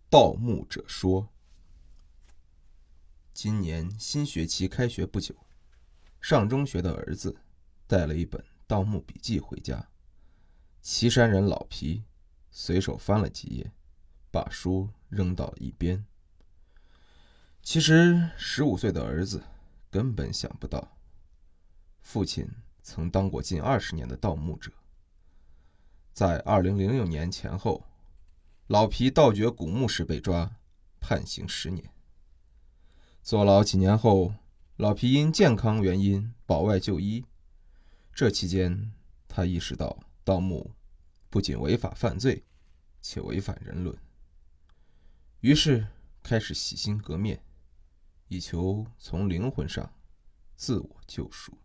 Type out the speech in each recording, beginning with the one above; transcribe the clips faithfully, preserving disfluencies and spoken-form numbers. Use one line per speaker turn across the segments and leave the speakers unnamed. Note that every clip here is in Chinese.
盗墓者说。今年新学期开学不久，上中学的儿子带了一本盗墓笔记回家。岐山人老皮随手翻了几页，把书扔到了一边。其实十五岁的儿子根本想不到，父亲曾当过近二十年的盗墓者。在二零零六年前后，老皮盗掘古墓时被抓，判刑十年。坐牢几年后，老皮因健康原因保外就医。这期间，他意识到盗墓不仅违法犯罪，且违反人伦，于是开始洗心革面，以求从灵魂上自我救赎。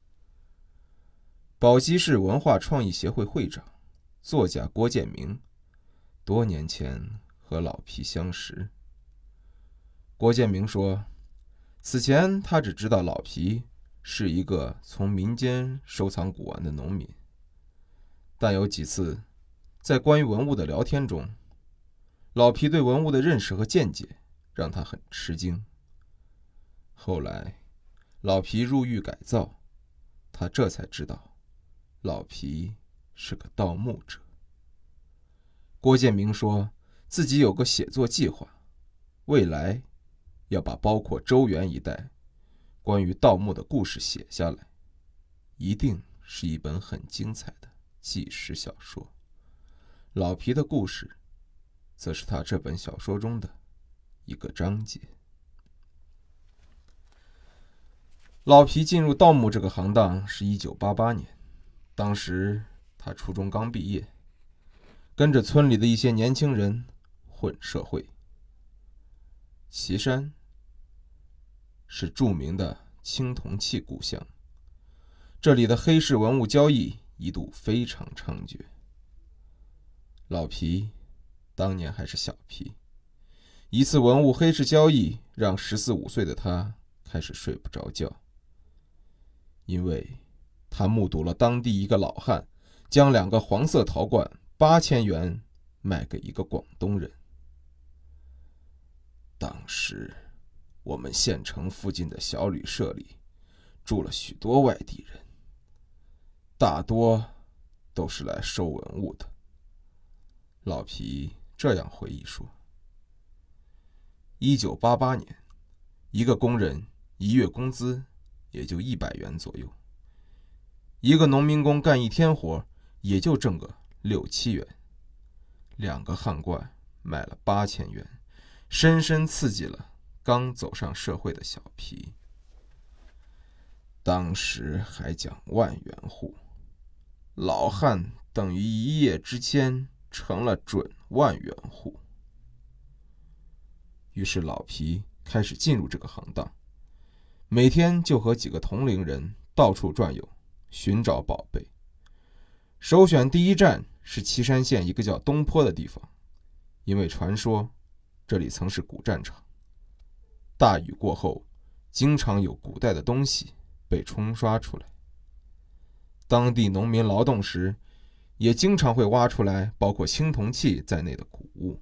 宝鸡市文化创意协会会长、作家郭建明多年前和老皮相识。郭建明说，此前他只知道老皮是一个从民间收藏古玩的农民，但有几次在关于文物的聊天中，老皮对文物的认识和见解让他很吃惊。后来老皮入狱改造，他这才知道老皮是个盗墓者。郭建明说自己有个写作计划，未来要把包括周原一带关于盗墓的故事写下来，一定是一本很精彩的纪实小说。老皮的故事则是他这本小说中的一个章节。老皮进入盗墓这个行当是一九八八年，当时他初中刚毕业，跟着村里的一些年轻人混社会。岐山是著名的青铜器故乡，这里的黑市文物交易一度非常猖獗。老皮当年还是小皮，一次文物黑市交易让十四五岁的他开始睡不着觉，因为他目睹了当地一个老汉将两个黄色陶罐八千元卖给一个广东人。当时我们县城附近的小旅社里住了许多外地人，大多都是来收文物的。老皮这样回忆说，一九八八年，一个工人一月工资也就一百元左右，一个农民工干一天活也就挣个六七元，两个汉罐卖了八千元，深深刺激了刚走上社会的小皮。当时还讲万元户，老汉等于一夜之间成了准万元户。于是老皮开始进入这个行当，每天就和几个同龄人到处转悠，寻找宝贝。首选第一站是岐山县一个叫东坡的地方，因为传说这里曾是古战场，大雨过后经常有古代的东西被冲刷出来。当地农民劳动时也经常会挖出来包括青铜器在内的古物。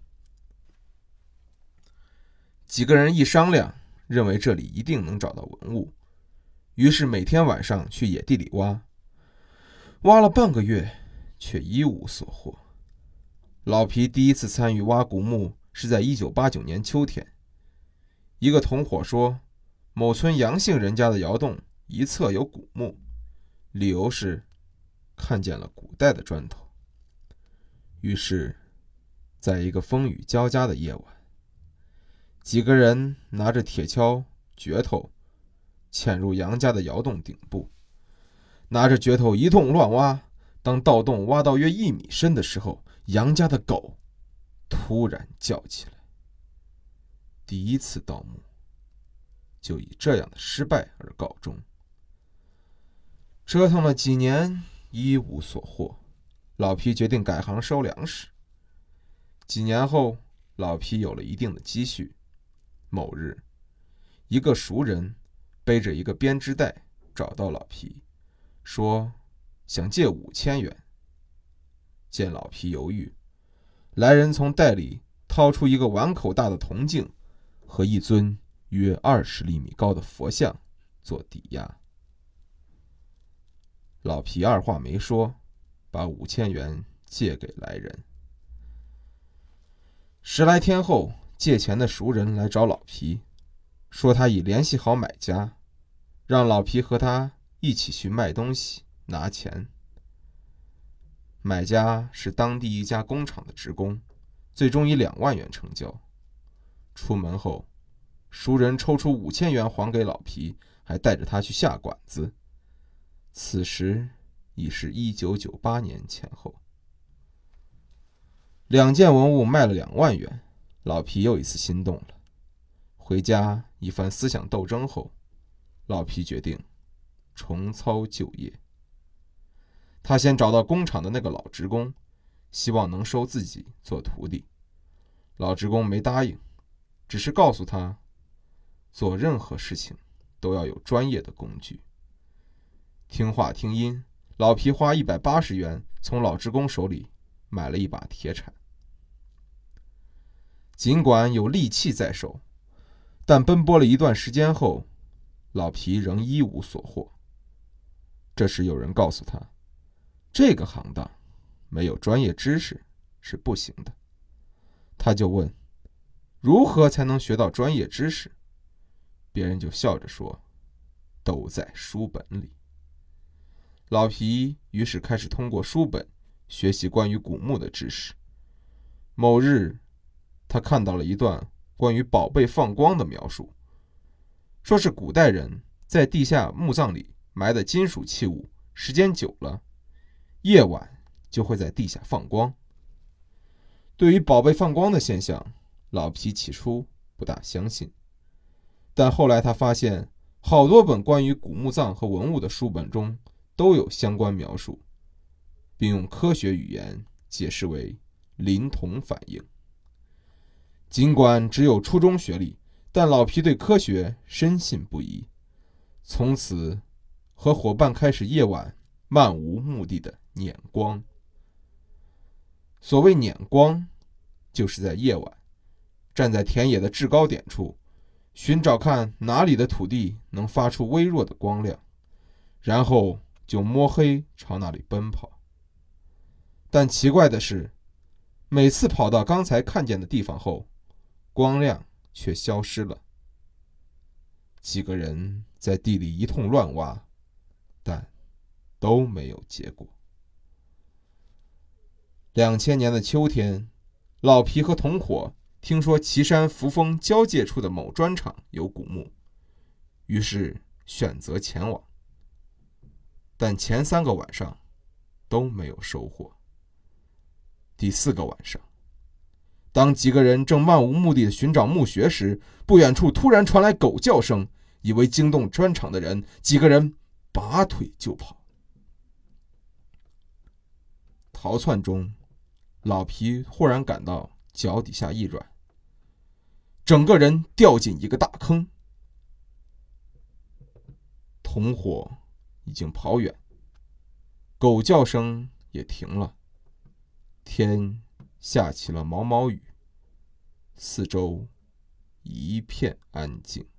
几个人一商量，认为这里一定能找到文物，于是每天晚上去野地里挖，挖了半个月却一无所获。老皮第一次参与挖古墓是在一九八九年秋天，一个同伙说某村杨姓人家的窑洞一侧有古墓，理由是看见了古代的砖头。于是在一个风雨交加的夜晚，几个人拿着铁锹、镢头潜入杨家的窑洞顶部，拿着镢头一通乱挖。当盗洞挖到约一米深的时候，杨家的狗突然叫起来。第一次盗墓就以这样的失败而告终。折腾了几年一无所获，老皮决定改行收粮食。几年后，老皮有了一定的积蓄。某日，一个熟人背着一个编织袋找到老皮，说想借五千元。见老皮犹豫，来人从袋里掏出一个碗口大的铜镜和一尊约二十厘米高的佛像做抵押。老皮二话没说，把五千元借给来人。十来天后，借钱的熟人来找老皮，说他已联系好买家，让老皮和他一起去卖东西拿钱。买家是当地一家工厂的职工，最终以两万元成交。出门后，熟人抽出五千元还给老皮，还带着他去下馆子。此时已是一九九八年前后。两件文物卖了两万元，老皮又一次心动了。回家一番思想斗争后，老皮决定重操旧业。他先找到工厂的那个老职工，希望能收自己做徒弟。老职工没答应，只是告诉他，做任何事情都要有专业的工具。听话听音，老皮花一百八十元从老职工手里买了一把铁铲。尽管有利器在手，但奔波了一段时间后，老皮仍一无所获。这时有人告诉他，这个行当没有专业知识是不行的。他就问，如何才能学到专业知识？别人就笑着说，都在书本里。老皮于是开始通过书本学习关于古墓的知识。某日，他看到了一段关于宝贝放光的描述，说是古代人在地下墓葬里埋的金属器物，时间久了，夜晚就会在地下放光。对于宝贝放光的现象，老皮起初不大相信，但后来他发现好多本关于古墓葬和文物的书本中都有相关描述，并用科学语言解释为临同反应。尽管只有初中学历，但老皮对科学深信不疑。从此和伙伴开始夜晚漫无目的的碾光。所谓碾光，就是在夜晚站在田野的制高点处，寻找看哪里的土地能发出微弱的光亮，然后就摸黑朝那里奔跑。但奇怪的是，每次跑到刚才看见的地方后，光亮却消失了。几个人在地里一通乱挖，但都没有结果。两千年的秋天，老皮和同伙听说岐山扶风交界处的某砖厂有古墓，于是选择前往。但前三个晚上都没有收获。第四个晚上，当几个人正漫无目的地寻找墓穴时，不远处突然传来狗叫声，以为惊动砖厂的人，几个人拔腿就跑。逃窜中，老皮忽然感到脚底下一软，整个人掉进一个大坑。同伙已经跑远，狗叫声也停了，天下起了毛毛雨，四周一片安静。